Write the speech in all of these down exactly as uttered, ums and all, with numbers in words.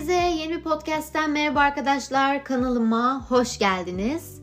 Herkese yeni bir podcast'ten merhaba arkadaşlar. Kanalıma hoş geldiniz.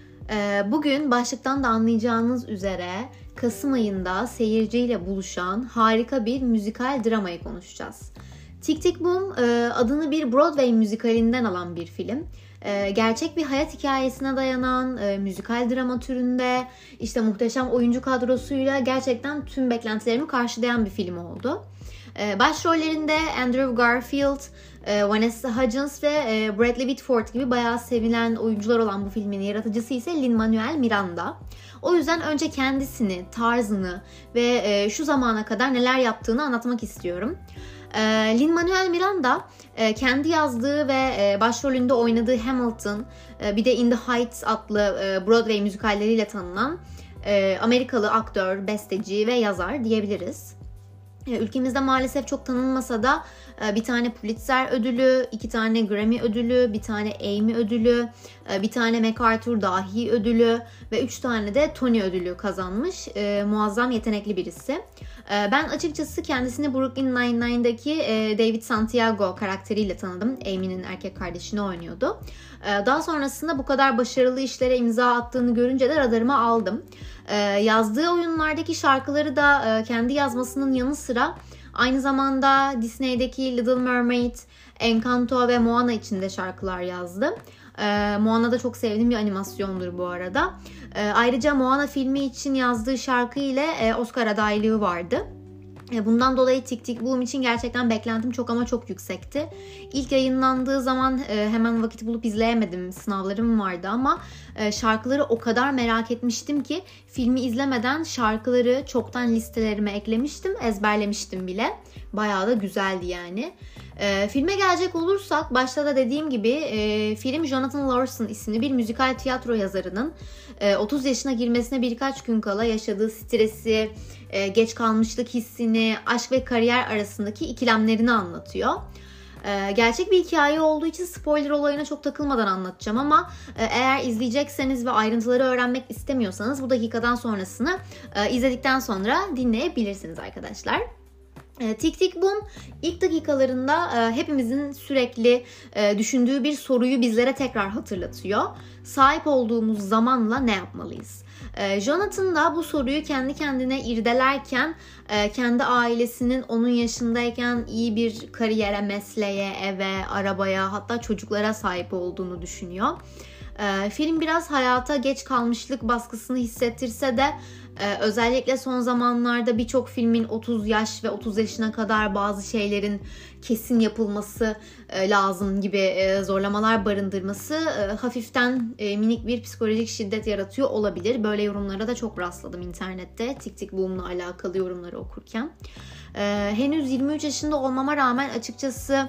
Bugün başlıktan da anlayacağınız üzere Kasım ayında seyirciyle buluşan harika bir müzikal dramayı konuşacağız. Tick Tick Boom adını bir Broadway müzikalinden alan bir film. Gerçek bir hayat hikayesine dayanan müzikal drama türünde işte muhteşem oyuncu kadrosuyla gerçekten tüm beklentilerimi karşılayan bir film oldu. Başrollerinde Andrew Garfield, Vanessa Hudgens ve Bradley Whitford gibi bayağı sevilen oyuncular olan bu filmin yaratıcısı ise Lin-Manuel Miranda. O yüzden önce kendisini, tarzını ve şu zamana kadar neler yaptığını anlatmak istiyorum. Lin-Manuel Miranda kendi yazdığı ve başrolünde oynadığı Hamilton, bir de In the Heights adlı Broadway müzikalleriyle tanınan Amerikalı aktör, besteci ve yazar diyebiliriz. Ülkemizde maalesef çok tanınmasa da bir tane Pulitzer ödülü, iki tane Grammy ödülü, bir tane Emmy ödülü, bir tane MacArthur Dahi ödülü ve üç tane de Tony ödülü kazanmış muazzam yetenekli birisi. Ben açıkçası kendisini Brooklyn Nine-Nine'daki David Santiago karakteriyle tanıdım. Amy'nin erkek kardeşini oynuyordu. Daha sonrasında bu kadar başarılı işlere imza attığını görünce de radarıma aldım. Yazdığı oyunlardaki şarkıları da kendi yazmasının yanı sıra aynı zamanda Disney'deki Little Mermaid, Encanto ve Moana için de şarkılar yazdı. Moana da çok sevdiğim bir animasyondur bu arada. Ayrıca Moana filmi için yazdığı şarkı ile Oscar adaylığı vardı. Bundan dolayı Tick Tick Boom için gerçekten beklentim çok ama çok yüksekti. İlk yayınlandığı zaman hemen vakit bulup izleyemedim. Sınavlarım vardı ama şarkıları o kadar merak etmiştim ki filmi izlemeden şarkıları çoktan listelerime eklemiştim, ezberlemiştim bile. Bayağı da güzeldi yani. E, filme gelecek olursak başta da dediğim gibi e, film Jonathan Larson isimli bir müzikal tiyatro yazarının e, otuz yaşına girmesine birkaç gün kala yaşadığı stresi, e, geç kalmışlık hissini, aşk ve kariyer arasındaki ikilemlerini anlatıyor. E, gerçek bir hikaye olduğu için spoiler olayına çok takılmadan anlatacağım ama e, eğer izleyecekseniz ve ayrıntıları öğrenmek istemiyorsanız bu dakikadan sonrasını e, izledikten sonra dinleyebilirsiniz arkadaşlar. Tick Tick Boom ilk dakikalarında hepimizin sürekli düşündüğü bir soruyu bizlere tekrar hatırlatıyor. Sahip olduğumuz zamanla ne yapmalıyız? Jonathan da bu soruyu kendi kendine irdelerken kendi ailesinin onun yaşındayken iyi bir kariyere, mesleğe, eve, arabaya hatta çocuklara sahip olduğunu düşünüyor. Film biraz hayata geç kalmışlık baskısını hissettirse de Ee, özellikle son zamanlarda birçok filmin otuz yaş ve otuz yaşına kadar bazı şeylerin kesin yapılması e, lazım gibi e, zorlamalar barındırması e, hafiften e, minik bir psikolojik şiddet yaratıyor olabilir. Böyle yorumlara da çok rastladım internette Tick Tick Boom'la alakalı yorumları okurken. E, henüz yirmi üç yaşında olmama rağmen açıkçası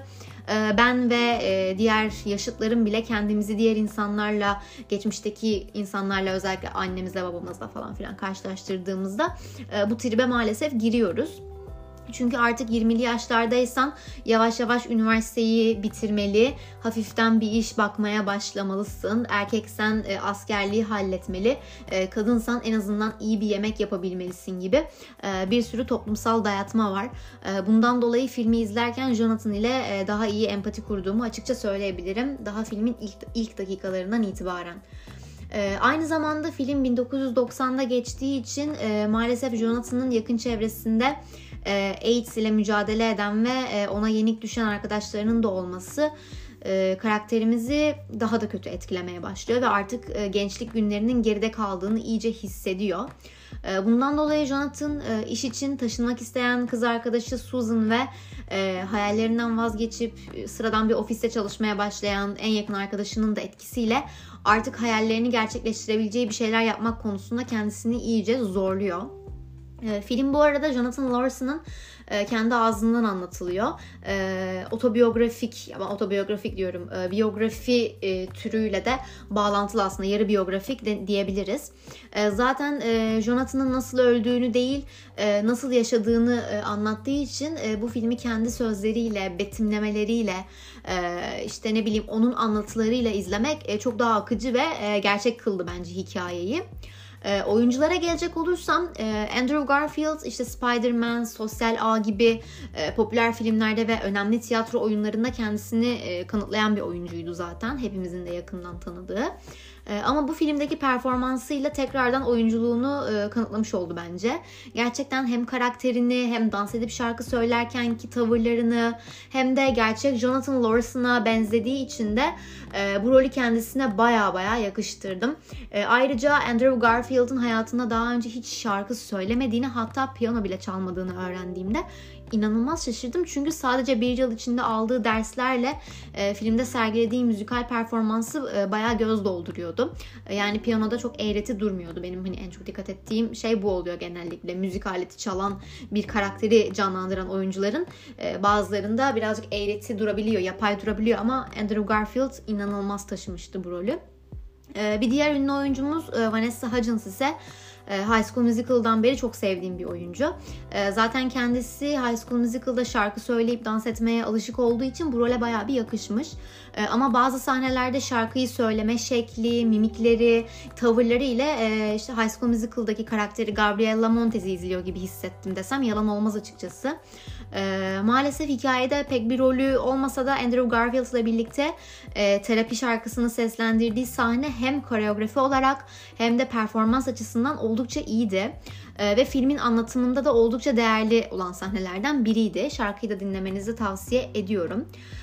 ben ve diğer yaşıtlarım bile kendimizi diğer insanlarla, geçmişteki insanlarla, özellikle annemizle, babamızla falan filan karşılaştırdığımızda bu tribe maalesef giriyoruz. Çünkü artık yirmili yaşlardaysan yavaş yavaş üniversiteyi bitirmeli, hafiften bir iş bakmaya başlamalısın. Erkeksen askerliği halletmeli, kadınsan en azından iyi bir yemek yapabilmelisin gibi bir sürü toplumsal dayatma var. Bundan dolayı filmi izlerken Jonathan ile daha iyi empati kurduğumu açıkça söyleyebilirim. Daha filmin ilk, ilk dakikalarından itibaren. Ee, aynı zamanda film bin dokuz yüz doksanda geçtiği için e, maalesef Jonathan'ın yakın çevresinde e, AIDS ile mücadele eden ve e, ona yenik düşen arkadaşlarının da olması e, karakterimizi daha da kötü etkilemeye başlıyor ve artık e, gençlik günlerinin geride kaldığını iyice hissediyor. E, bundan dolayı Jonathan e, iş için taşınmak isteyen kız arkadaşı Susan ve e, hayallerinden vazgeçip sıradan bir ofiste çalışmaya başlayan en yakın arkadaşının da etkisiyle artık hayallerini gerçekleştirebileceği bir şeyler yapmak konusunda kendisini iyice zorluyor. E, film bu arada Jonathan Larson'ın e, kendi ağzından anlatılıyor. E, otobiyografik, ama otobiyografik diyorum, e, biyografi e, türüyle de bağlantılı aslında, yarı biyografik de, diyebiliriz. E, zaten e, Jonathan'ın nasıl öldüğünü değil, e, nasıl yaşadığını e, anlattığı için e, bu filmi kendi sözleriyle, betimlemeleriyle, e, işte ne bileyim onun anlatılarıyla izlemek e, çok daha akıcı ve e, gerçek kıldı bence hikayeyi. E, oyunculara gelecek olursam e, Andrew Garfield işte Spider-Man, Sosyal Ağ gibi e, popüler filmlerde ve önemli tiyatro oyunlarında kendisini e, kanıtlayan bir oyuncuydu zaten. Hepimizin de yakından tanıdığı. E, ama bu filmdeki performansıyla tekrardan oyunculuğunu e, kanıtlamış oldu bence. Gerçekten hem karakterini hem dans edip şarkı söylerkenki tavırlarını hem de gerçek Jonathan Larson'a benzediği için de e, bu rolü kendisine baya baya yakıştırdım. E, ayrıca Andrew Garfield'ın hayatında daha önce hiç şarkı söylemediğini, hatta piyano bile çalmadığını öğrendiğimde İnanılmaz şaşırdım. Çünkü sadece bir yıl içinde aldığı derslerle e, filmde sergilediği müzikal performansı e, bayağı göz dolduruyordu. E, yani piyanoda çok eğreti durmuyordu. Benim hani en çok dikkat ettiğim şey bu oluyor genellikle. Müzik aleti çalan bir karakteri canlandıran oyuncuların e, bazılarında birazcık eğreti durabiliyor, yapay durabiliyor ama Andrew Garfield inanılmaz taşımıştı bu rolü. E, bir diğer ünlü oyuncumuz e, Vanessa Hudgens ise High School Musical'dan beri çok sevdiğim bir oyuncu. Zaten kendisi High School Musical'da şarkı söyleyip dans etmeye alışık olduğu için bu role bayağı bir yakışmış. Ama bazı sahnelerde şarkıyı söyleme şekli, mimikleri, tavırları ile işte High School Musical'daki karakteri Gabriella Montez'i izliyor gibi hissettim desem yalan olmaz açıkçası. Maalesef hikayede pek bir rolü olmasa da Andrew Garfield ile birlikte terapi şarkısını seslendirdiği sahne hem koreografi olarak hem de performans açısından oldukça iyiydi. Ve filmin anlatımında da oldukça değerli olan sahnelerden biriydi. Şarkıyı da dinlemenizi tavsiye ediyorum.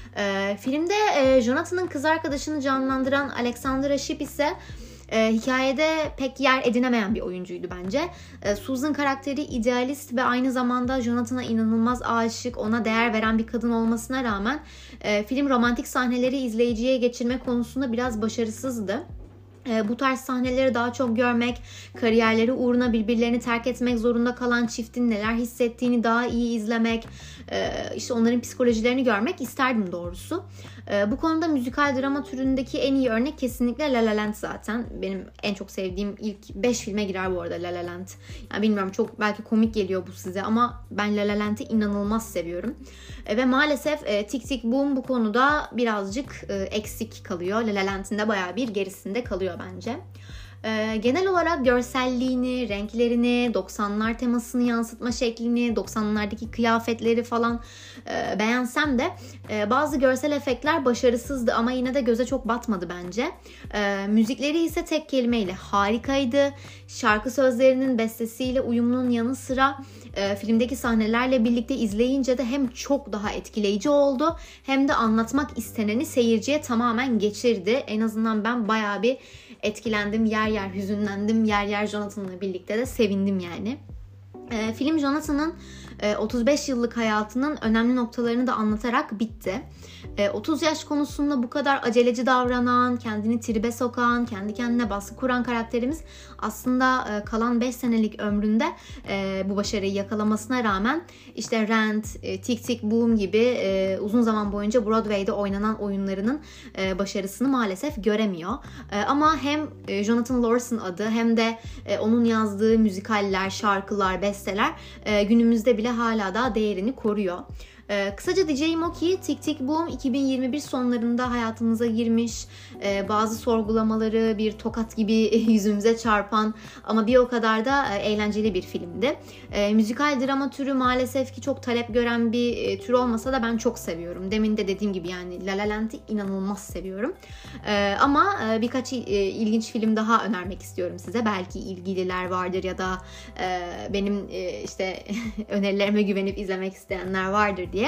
Filmde Jonathan'ın kız arkadaşını canlandıran Alexandra Shipp ise E, hikayede pek yer edinemeyen bir oyuncuydu bence. E, Susan karakteri idealist ve aynı zamanda Jonathan'a inanılmaz aşık, ona değer veren bir kadın olmasına rağmen e, film romantik sahneleri izleyiciye geçirme konusunda biraz başarısızdı. Bu tarz sahneleri daha çok görmek, kariyerleri uğruna birbirlerini terk etmek zorunda kalan çiftin neler hissettiğini daha iyi izlemek, işte onların psikolojilerini görmek isterdim doğrusu. Bu konuda müzikal drama türündeki en iyi örnek kesinlikle La La Land zaten. Benim en çok sevdiğim ilk beş filme girer bu arada La La Land. Yani bilmiyorum, çok belki komik geliyor bu size ama ben La La Land'i inanılmaz seviyorum. Ve maalesef Tick Tick Boom bu konuda birazcık eksik kalıyor. La La Land'in de bayağı bir gerisinde kalıyor bence. Ee, genel olarak görselliğini, renklerini, doksanlar temasını yansıtma şeklini, doksanlardaki kıyafetleri falan e, beğensem de e, bazı görsel efektler başarısızdı ama yine de göze çok batmadı bence. E, müzikleri ise tek kelimeyle harikaydı. Şarkı sözlerinin bestesiyle uyumunun yanı sıra e, filmdeki sahnelerle birlikte izleyince de hem çok daha etkileyici oldu hem de anlatmak isteneni seyirciye tamamen geçirdi. En azından ben bayağı bir etkilendim, yer yer hüzünlendim, yer yer Jonathan'la birlikte de sevindim yani. E, film Jonathan'ın e, otuz beş yıllık hayatının önemli noktalarını da anlatarak bitti. E, otuz yaş konusunda bu kadar aceleci davranan, kendini tribe sokan, kendi kendine baskı kuran karakterimiz aslında e, kalan beş senelik ömründe e, bu başarıyı yakalamasına rağmen işte Rent, e, Tick Tick Boom gibi e, uzun zaman boyunca Broadway'de oynanan oyunlarının e, başarısını maalesef göremiyor. E, ama hem e, Jonathan Larson adı hem de e, onun yazdığı müzikaller, şarkılar, besteler e, günümüzde bile hala da değerini koruyor. Ee, kısaca diyeceğim o ki Tick Tick Boom iki bin yirmi bir sonlarında hayatımıza girmiş, ee, bazı sorgulamaları bir tokat gibi yüzümüze çarpan ama bir o kadar da e, eğlenceli bir filmdi. E, müzikal drama türü maalesef ki çok talep gören bir e, tür olmasa da ben çok seviyorum. Demin de dediğim gibi yani La La Land'i inanılmaz seviyorum. E, ama e, birkaç e, ilginç film daha önermek istiyorum size. Belki ilgililer vardır ya da e, benim e, işte önerilerime güvenip izlemek isteyenler vardır diye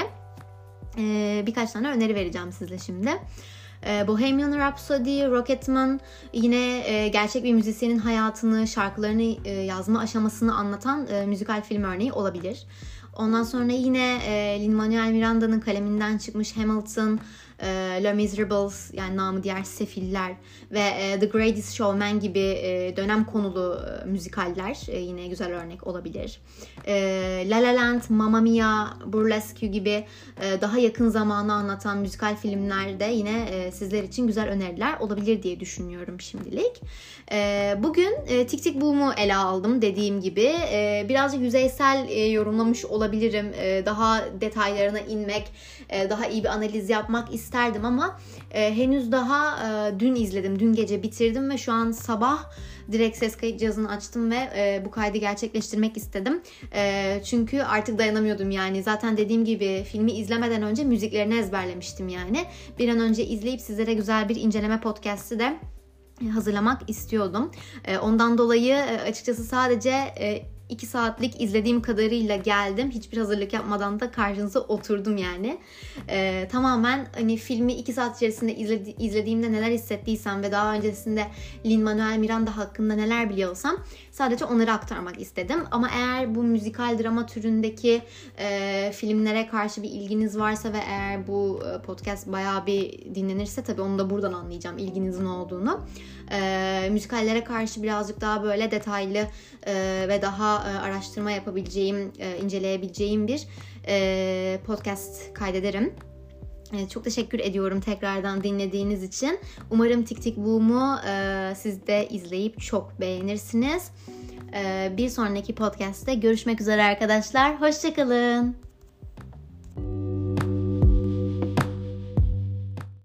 ee, birkaç tane öneri vereceğim size şimdi. Ee, Bohemian Rhapsody, Rocketman yine e, gerçek bir müzisyenin hayatını, şarkılarını e, yazma aşamasını anlatan e, müzikal film örneği olabilir. Ondan sonra yine e, Lin-Manuel Miranda'nın kaleminden çıkmış Hamilton, e, Les Miserables yani namı diğer Sefiller ve e, The Greatest Showman gibi e, dönem konulu e, müzikaller e, yine güzel örnek olabilir. E, La La Land, Mamma Mia, Burlesque gibi e, daha yakın zamanı anlatan müzikal filmler de yine e, sizler için güzel öneriler olabilir diye düşünüyorum şimdilik. E, bugün e, Tick Tick Boom'u ele aldım dediğim gibi. E, birazcık yüzeysel e, yorumlamış olabilirim. E, daha detaylarına inmek, e, daha iyi bir analiz yapmak istedim. isterdim ama e, henüz daha e, dün izledim. Dün gece bitirdim ve şu an sabah direkt ses kayıt cihazını açtım ve e, bu kaydı gerçekleştirmek istedim. E, çünkü artık dayanamıyordum yani. Zaten dediğim gibi filmi izlemeden önce müziklerini ezberlemiştim yani. Bir an önce izleyip sizlere güzel bir inceleme podcast'i de hazırlamak istiyordum. E, ondan dolayı e, açıkçası sadece e, iki saatlik izlediğim kadarıyla geldim. Hiçbir hazırlık yapmadan da karşınıza oturdum yani. Ee, tamamen hani filmi iki saat içerisinde izledi, izlediğimde neler hissettiysem ve daha öncesinde Lin-Manuel Miranda hakkında neler biliyorsam sadece onları aktarmak istedim. Ama eğer bu müzikal drama türündeki e, filmlere karşı bir ilginiz varsa ve eğer bu podcast bayağı bir dinlenirse tabii onu da buradan anlayacağım ilginizin olduğunu. E, müzikallere karşı birazcık daha böyle detaylı e, ve daha e, araştırma yapabileceğim, e, inceleyebileceğim bir e, podcast kaydederim. E, çok teşekkür ediyorum tekrardan dinlediğiniz için. Umarım Tik Tik Boom'u e, siz de izleyip çok beğenirsiniz. E, bir sonraki podcast'te görüşmek üzere arkadaşlar. Hoşça kalın.